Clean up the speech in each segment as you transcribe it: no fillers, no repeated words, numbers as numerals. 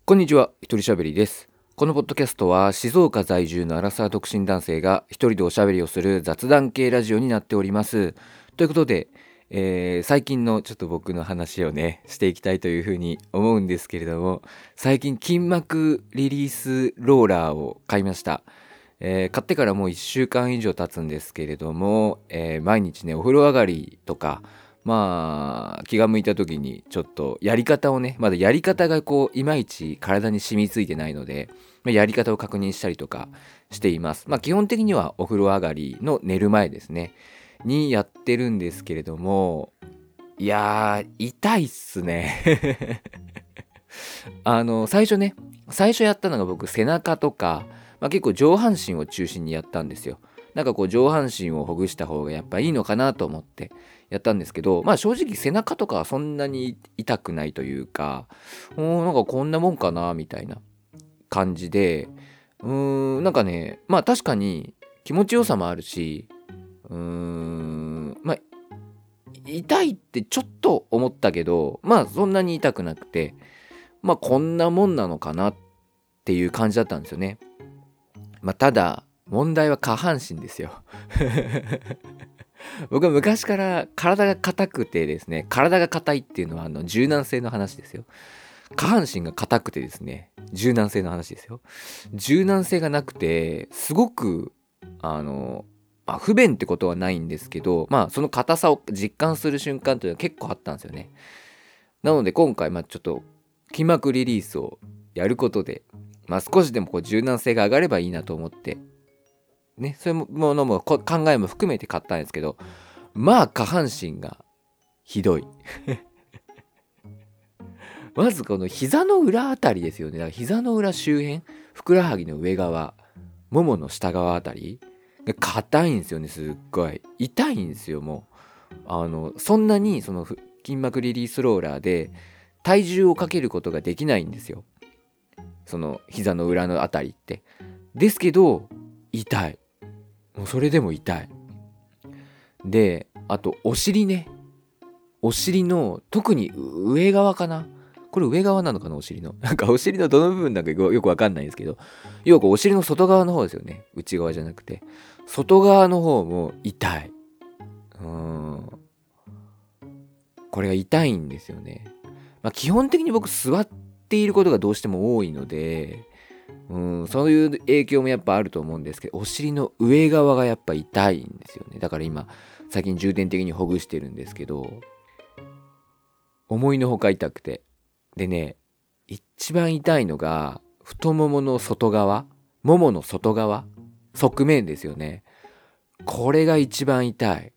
こんにちは、一人喋りです。このポッドキャストは静岡在住のアラサー独身男性が一人でおしゃべりをする雑談系ラジオになっております。ということで、最近のちょっと僕の話をねしていきたいというふうに思うんですけれども、最近筋膜リリースローラーを買いました。買ってからもう1週間以上経つんですけれども、毎日ねお風呂上がりとか気が向いた時にちょっとやり方をね、まだやり方がいまいち体に染みついてないので、やり方を確認したりとかしています。基本的にはお風呂上がりの寝る前ですねにやってるんですけれども、いやー痛いっすね最初やったのが僕背中とか、結構上半身を中心にやったんですよ。上半身をほぐした方がやっぱいいのかなと思ってやったんですけど、正直背中とかはそんなに痛くないというか、こんなもんかなみたいな感じで、確かに気持ちよさもあるし、痛いってちょっと思ったけど、そんなに痛くなくて、こんなもんなのかなっていう感じだったんですよね。ただ問題は下半身ですよ僕は昔から体が硬くてですね、体が硬いっていうのは柔軟性の話ですよ。下半身が硬くてですね、柔軟性の話ですよ。柔軟性がなくてすごく不便ってことはないんですけど、その硬さを実感する瞬間というのは結構あったんですよね。なので今回ちょっと筋膜リリースをやることで、少しでも柔軟性が上がればいいなと思ってね、そういうものも考えも含めて買ったんですけど、下半身がひどいまずこの膝の裏あたりですよね。だから膝の裏周辺、ふくらはぎの上側、ももの下側あたりが硬いんですよね。すっごい痛いんですよ。もうそんなにその筋膜リリースローラーで体重をかけることができないんですよ、その膝の裏のあたりって。ですけど痛い。もうそれでも痛い。で、あとお尻ね。お尻の特に上側かな。これ上側なのかな、お尻の。お尻のどの部分だかよくわかんないんですけど、要はお尻の外側の方ですよね。内側じゃなくて。外側の方も痛い。これが痛いんですよね。基本的に僕座っていることがどうしても多いので、そういう影響もやっぱあると思うんですけど、お尻の上側がやっぱ痛いんですよね。だから今最近重点的にほぐしてるんですけど、思いのほか痛くて、でね、一番痛いのが太ももの外側、ももの外側、側面ですよね。これが一番痛い。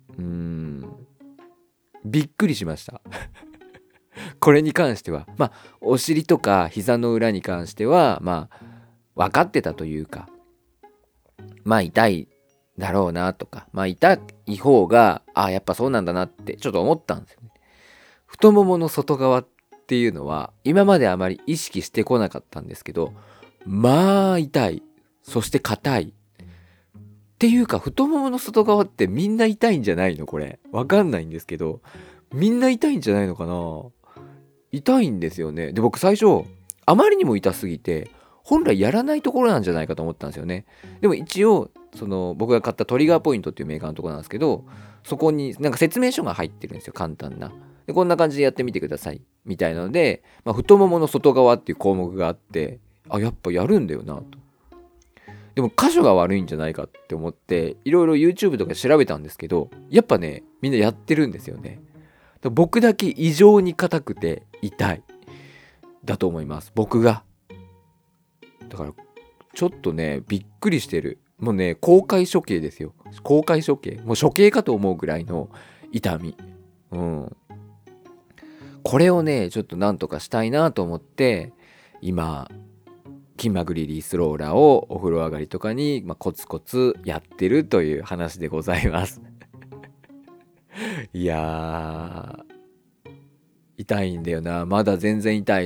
びっくりしましたこれに関してはお尻とか膝の裏に関しては分かってたというか、痛いだろうなとか、痛い方がやっぱそうなんだなってちょっと思ったんですよね。太ももの外側っていうのは今まであまり意識してこなかったんですけど、痛い、そして硬いっていうか、太ももの外側ってみんな痛いんじゃないの？これわかんないんですけど、みんな痛いんじゃないのかな。痛いんですよね。で、僕最初あまりにも痛すぎて本来やらないところなんじゃないかと思ったんですよね。でも一応その僕が買ったトリガーポイントっていうメーカーのところなんですけど、そこに説明書が入ってるんですよ、簡単な。で、こんな感じでやってみてくださいみたいなので、太ももの外側っていう項目があって、やっぱやるんだよなと。でも箇所が悪いんじゃないかって思っていろいろ YouTube とか調べたんですけど、やっぱねみんなやってるんですよね。僕だけ異常に硬くて痛いだと思います、僕が。だからちょっとねびっくりしてる。もうね公開処刑ですよ。公開処刑、もう処刑かと思うぐらいの痛み。これをねちょっとなんとかしたいなと思って今筋膜リリースローラーをお風呂上がりとかに、コツコツやってるという話でございますいやー痛いんだよな。まだ全然痛いです。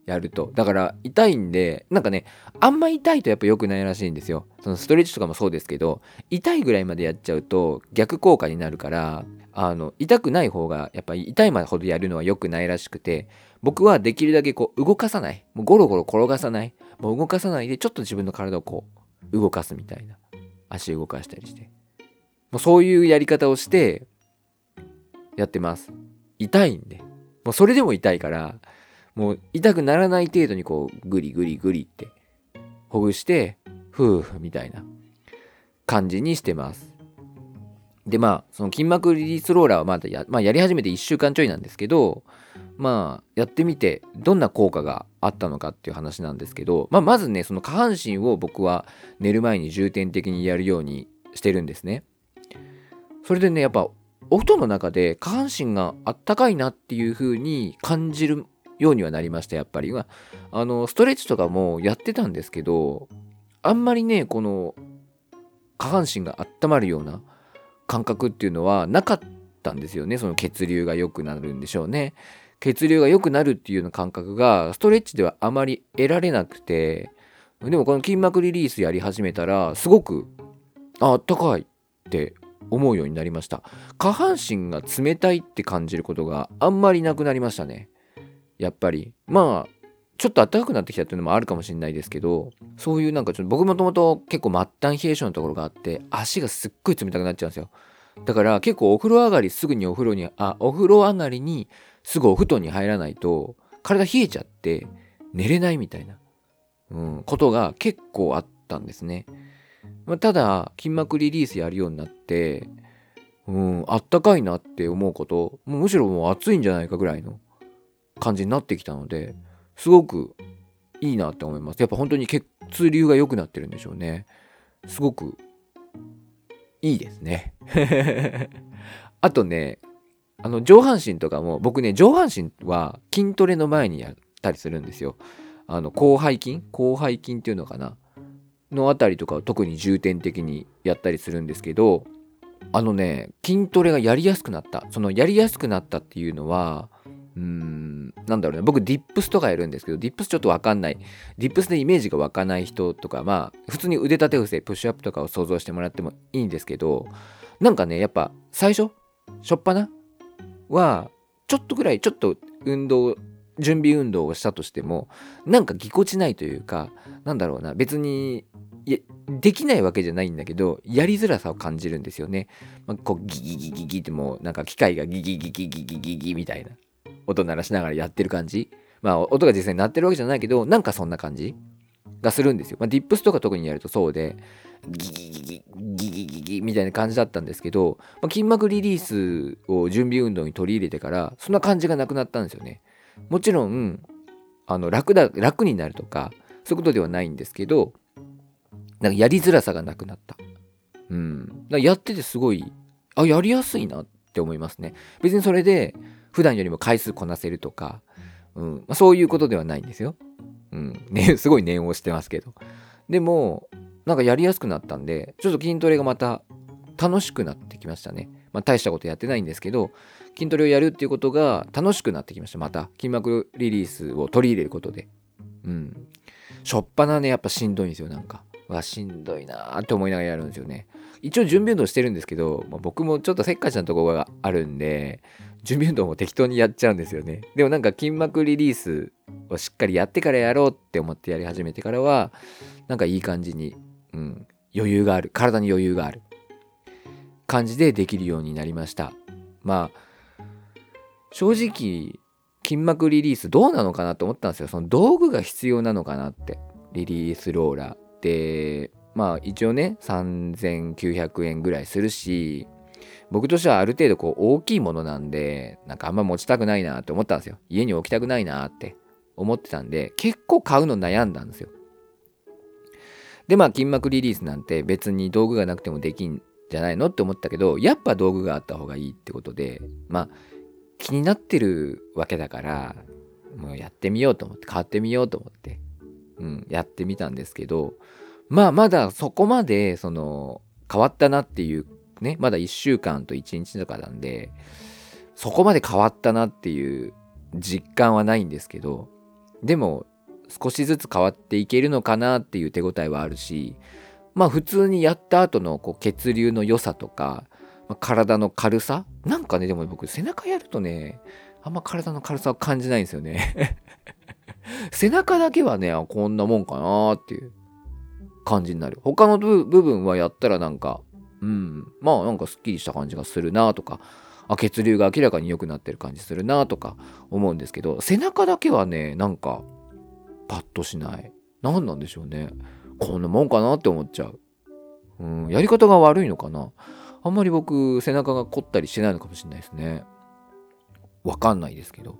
やると。だから痛いんで、なんかね、あんま痛いとやっぱ良くないらしいんですよ。そのストレッチとかもそうですけど、痛いぐらいまでやっちゃうと逆効果になるから、痛くない方がやっぱり痛いまでほどやるのは良くないらしくて、僕はできるだけこう動かさない、もうゴロゴロ転がさない、もう動かさないでちょっと自分の体をこう動かすみたいな、足動かしたりして、もうそういうやり方をしてやってます。痛いんで、もうそれでも痛いから、もう痛くならない程度にこうグリグリグリってほぐして、ふうみたいな感じにしてます。でその筋膜リリースローラーはやり始めて1週間ちょいなんですけど、やってみてどんな効果があったのかっていう話なんですけど、まずね、その下半身を僕は寝る前に重点的にやるようにしてるんですね。それでね、やっぱお布団の中で下半身があったかいなっていう風に感じるようにはなりました。やっぱりストレッチとかもやってたんですけど、あんまりね、この下半身が温まるような感覚っていうのはなかったんですよね。その血流が良くなるんでしょうね。血流が良くなるっていうような感覚がストレッチではあまり得られなくて、でもこの筋膜リリースやり始めたらすごくあったかいって思うようになりました。下半身が冷たいって感じることがあんまりなくなりましたね。やっぱりちょっと暖かくなってきたっていうのもあるかもしれないですけど、そういうなんかちょっと僕もともと結構末端冷え性のところがあって、足がすっごい冷たくなっちゃうんですよ。だから結構お風呂上がりすぐにお風呂上がりにすぐお布団に入らないと体冷えちゃって寝れないみたいな、ことが結構あったんですね。ただ筋膜リリースやるようになって、あったかいなって思うこと、むしろもう暑いんじゃないかぐらいの感じになってきたので、すごくいいなって思います。やっぱ本当に血流が良くなってるんでしょうね。すごくいいですね。あとね、上半身とかも、僕ね、上半身は筋トレの前にやったりするんですよ。広背筋っていうのかなのあたりとかを特に重点的にやったりするんですけど、筋トレがやりやすくなった。そのやりやすくなったっていうのは、なんだろうね、僕ディップスとかやるんですけど、ディップスちょっとわかんない、ディップスでイメージが湧かない人とか、普通に腕立て伏せプッシュアップとかを想像してもらってもいいんですけど、なんかね、やっぱ最初初っ端はちょっとぐらいちょっと準備運動をしたとしても、なんかぎこちないというか、なんだろうな、別にできないわけじゃないんだけど、やりづらさを感じるんですよね。こうギギギギギって、もうなんか機械がギギギギギギギギみたいな音鳴らしながらやってる感じ。音が実際に鳴ってるわけじゃないけど、なんかそんな感じがするんですよ。ディップスとか特にやるとそうで、ギギギギギギギギみたいな感じだったんですけど、筋膜リリースを準備運動に取り入れてからそんな感じがなくなったんですよね。もちろん楽になるとかそういうことではないんですけど、なんかやりづらさがなくなった。だからやっててすごいやりやすいなって思いますね。別にそれで普段よりも回数こなせるとか、そういうことではないんですよ。すごい念をしてますけど、でもなんかやりやすくなったんで、ちょっと筋トレがまた楽しくなってきましたね。大したことやってないんですけど、筋トレをやるっていうことが楽しくなってきました。また筋膜リリースを取り入れることで、しょっぱなね、やっぱしんどいんですよ。なんかしんどいなーって思いながらやるんですよね。一応準備運動してるんですけど、僕もちょっとせっかちなところがあるんで、準備運動も適当にやっちゃうんですよね。でもなんか筋膜リリースをしっかりやってからやろうって思ってやり始めてからは、なんかいい感じに、余裕がある、体に余裕がある感じでできるようになりました。正直筋膜リリースどうなのかなと思ったんですよ。その道具が必要なのかなって。リリースローラーで一応ね3900円ぐらいするし、僕としてはある程度大きいものなんで、なんかあんま持ちたくないなって思ったんですよ。家に置きたくないなって思ってたんで、結構買うの悩んだんですよ。で筋膜リリースなんて別に道具がなくてもできんじゃないのって思ったけど、やっぱ道具があった方がいいってことで、気になってるわけだから、もうやってみようと思って、買ってみようと思って、やってみたんですけど、まだそこまで変わったなっていうね、まだ1週間と1日とかなんで、そこまで変わったなっていう実感はないんですけど、 でも少しずつ変わっていけるのかなっていう手応えはあるし、まあ普通にやった後のこう血流の良さとか、体の軽さなんかね、でも僕背中やるとね、あんま体の軽さを感じないんですよね背中だけはね、こんなもんかなっていう感じになる。他の部分はやったらなんか、まあなんかすっきりした感じがするなとか、血流が明らかに良くなってる感じするなとか思うんですけど、背中だけはね、なんかパッとしない。何なんでしょうね。こんなもんかなって思っちゃう。やり方が悪いのかな。あんまり僕背中が凝ったりしてないのかもしれないですね。わかんないですけど。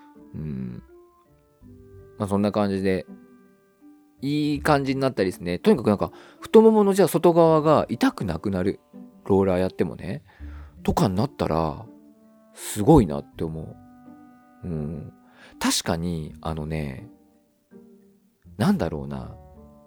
そんな感じでいい感じになったりですね。とにかくなんか太もものじゃあ外側が痛くなくなる、ローラーやってもねとかになったらすごいなって思う。確かになんだろうな、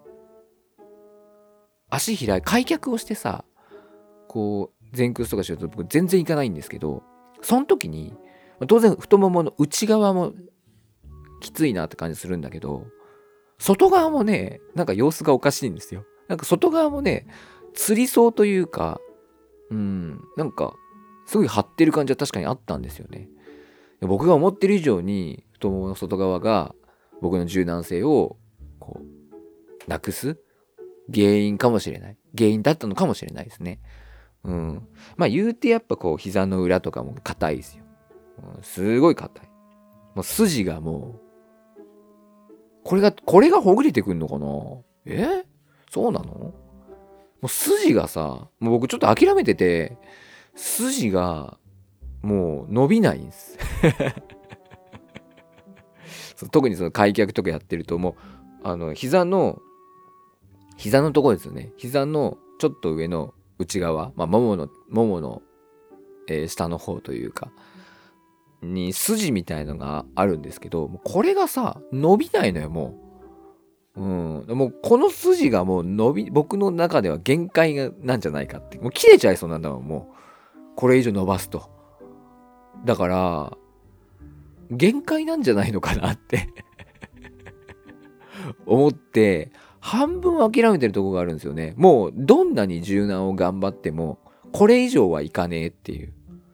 足開脚をしてさ、こう前屈とかしてると僕全然いかないんですけど、その時に当然太ももの内側もきついなって感じするんだけど、外側もねなんか様子がおかしいんですよ。なんか外側もねつりそうというか、なんかすごい張ってる感じは確かにあったんですよね。僕が思ってる以上に太ももの外側が僕の柔軟性をこうなくす原因かもしれない、原因だったのかもしれないですね。まあ言うてやっぱこう膝の裏とかも硬いですよ。すごい硬い。もう筋がもうこれがほぐれてくんのかな。そうなの？もう筋がさ、もう僕ちょっと諦めてて、筋がもう伸びないんです特にその開脚とかやってるともう膝のところですよね。膝のちょっと上の内側、ももの、下の方というかに筋みたいのがあるんですけど、もうこれがさ伸びないのよ。もうこの筋がもう僕の中では限界なんじゃないかって、もう切れちゃいそうなんだもん。もうこれ以上伸ばすと、だから限界なんじゃないのかなって思って半分諦めてるとこがあるんですよね。もうどんなに柔軟を頑張ってもこれ以上はいかねえっていう。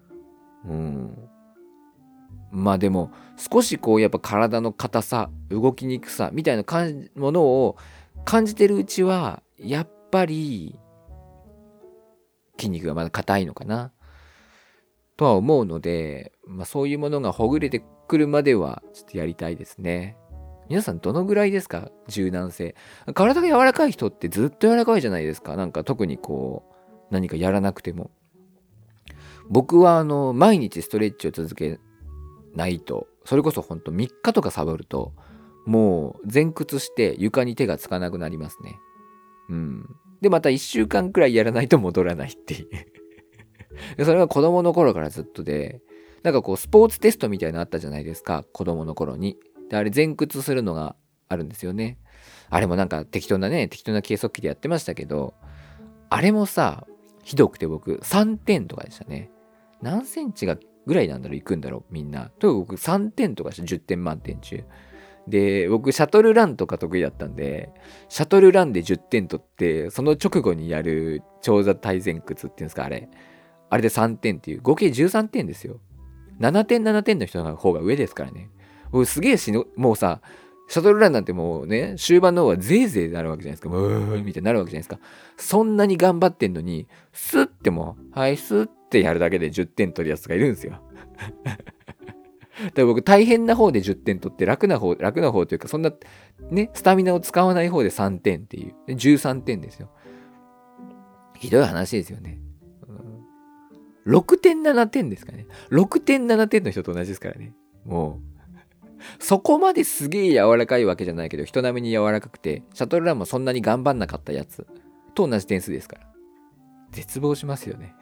まあでも少しこうやっぱ体の硬さ、動きにくさみたいなものを感じてるうちはやっぱり筋肉がまだ硬いのかなとは思うので、そういうものがほぐれてくるまではちょっとやりたいですね。皆さんどのぐらいですか？柔軟性。体が柔らかい人ってずっと柔らかいじゃないですか。なんか特にこう何かやらなくても。僕は毎日ストレッチを続けないと、それこそほんと3日とかサボるともう前屈して床に手がつかなくなりますね。でまた1週間くらいやらないと戻らないっていうでそれが子供の頃からずっとで、なんかこうスポーツテストみたいなのあったじゃないですか、子供の頃に。であれ前屈するのがあるんですよね。あれもなんか適当な計測器でやってましたけど、あれもさひどくて僕3点とかでしたね。何センチがぐらいなんだろう、いくんだろうみんな。とにかく僕3点とかして10点満点中で、僕シャトルランとか得意だったんで、シャトルランで10点取ってその直後にやる長座体前屈っていうんですか、あれで3点っていう合計13点ですよ。7点7点の人の方が上ですからね。僕すげえもうさ、シャトルランなんてもうね、終盤の方はゼーゼーなるわけじゃないですか。みたいになるわけじゃないですか。そんなに頑張ってんのに、スッてもう、はい、スッてやるだけで10点取るやつがいるんですよ。だから僕大変な方で10点取って楽な方というか、そんなね、スタミナを使わない方で3点っていう。で13点ですよ。ひどい話ですよね。6点7点ですかね。6点7点の人と同じですからね。もうそこまですげえ柔らかいわけじゃないけど人並みに柔らかくて、シャトルランもそんなに頑張んなかったやつと同じ点数ですから、絶望しますよね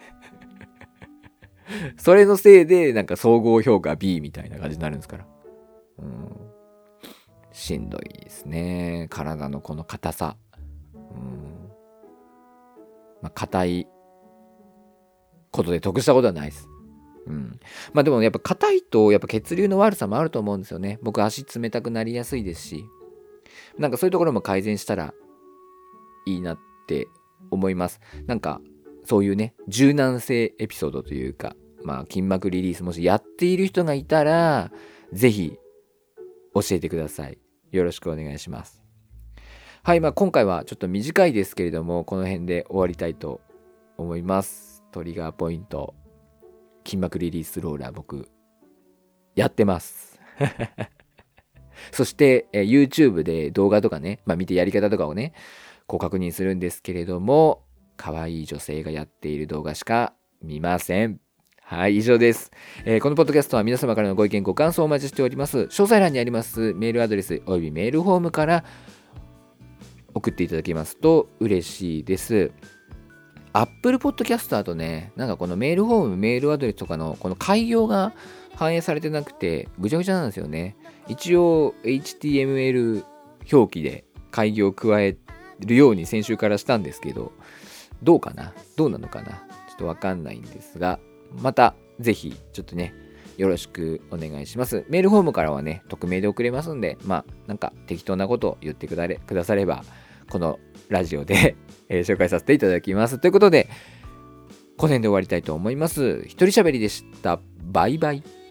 それのせいでなんか総合評価 B みたいな感じになるんですから、しんどいですね、体のこの硬さ。硬いことで得したことはないです。 まあでもやっぱ硬いとやっぱ血流の悪さもあると思うんですよね。僕足冷たくなりやすいですし、なんかそういうところも改善したらいいなって思います。なんかそういうね、柔軟性エピソードというか、まあ筋膜リリースもしやっている人がいたらぜひ教えてください。よろしくお願いします。はい、まあ今回はちょっと短いですけれども、この辺で終わりたいと思います。トリガーポイント筋膜リリースローラー、僕やってますそして、YouTube で動画とかね、見てやり方とかをねこう確認するんですけれども、可愛い女性がやっている動画しか見ません。はい、以上です。このポッドキャストは皆様からのご意見ご感想をお待ちしております。詳細欄にありますメールアドレスおよびメールフォームから送っていただけますと嬉しいです。Apple Podcast だとね、なんかこのメールフォーム、メールアドレスとかのこの改行が反映されてなくてぐちゃぐちゃなんですよね。一応 HTML 表記で改行を加えるように先週からしたんですけど、どうかな、どうなのかな、ちょっとわかんないんですが、またぜひちょっとねよろしくお願いします。メールフォームからはね匿名で送れますんで、なんか適当なことを言ってくださればこのラジオで紹介させていただきます。ということでこの辺で終わりたいと思います。一人喋りでした。バイバイ。